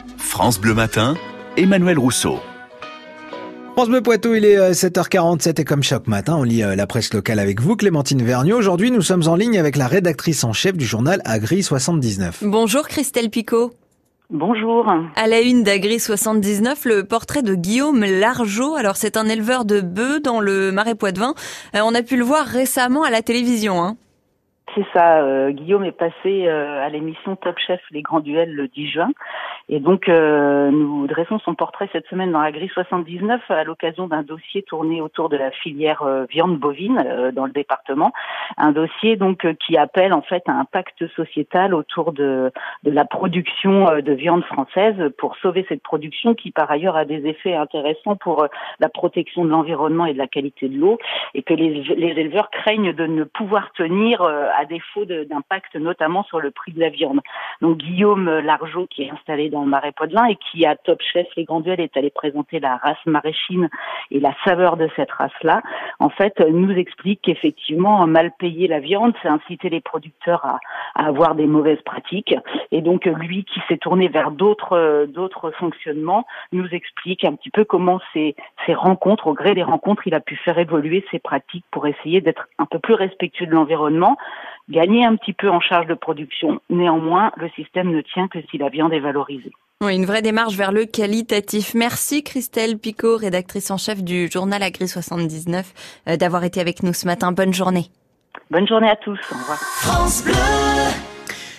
France Bleu Matin, Emmanuel Rousseau. France Bleu Poitou, il est 7h47 et comme chaque matin, on lit la presse locale avec vous, Clémentine Vergniaud. Aujourd'hui, nous sommes en ligne avec la rédactrice en chef du journal Agri 79. Bonjour Christelle Picot. Bonjour. À la une d'Agri 79, le portrait de Guillaume Largeau. Alors c'est un éleveur de bœufs dans le Marais Poitevin. On a pu le voir récemment à la télévision. C'est ça, Guillaume est passé à l'émission Top Chef Les Grands Duels le 10 juin. Et donc, nous dressons son portrait cette semaine dans Agri 79 à l'occasion d'un dossier tourné autour de la filière viande bovine dans le département. Un dossier donc qui appelle en fait à un pacte sociétal autour de la production de viande française pour sauver cette production qui par ailleurs a des effets intéressants pour la protection de l'environnement et de la qualité de l'eau et que les éleveurs craignent de ne pouvoir tenir à défaut d'impact notamment sur le prix de la viande. Donc Guillaume Largeau qui est installé dans le Marais Poitevin et qui à Top Chef Les Grands Duels est allé présenter la race maraîchine et la saveur de cette race-là, en fait nous explique qu'effectivement mal payer la viande, c'est inciter les producteurs à avoir des mauvaises pratiques et donc lui qui s'est tourné vers d'autres fonctionnements nous explique un petit peu comment ces rencontres, au gré des rencontres, il a pu faire évoluer ses pratiques pour essayer d'être un peu plus respectueux de l'environnement, gagner un petit peu en charge de production. Néanmoins, le système ne tient que si la viande est valorisée. Oui, une vraie démarche vers le qualitatif. Merci Christelle Picot, rédactrice en chef du journal Agri 79, d'avoir été avec nous ce matin. Bonne journée. Bonne journée à tous. Au revoir. France Bleu.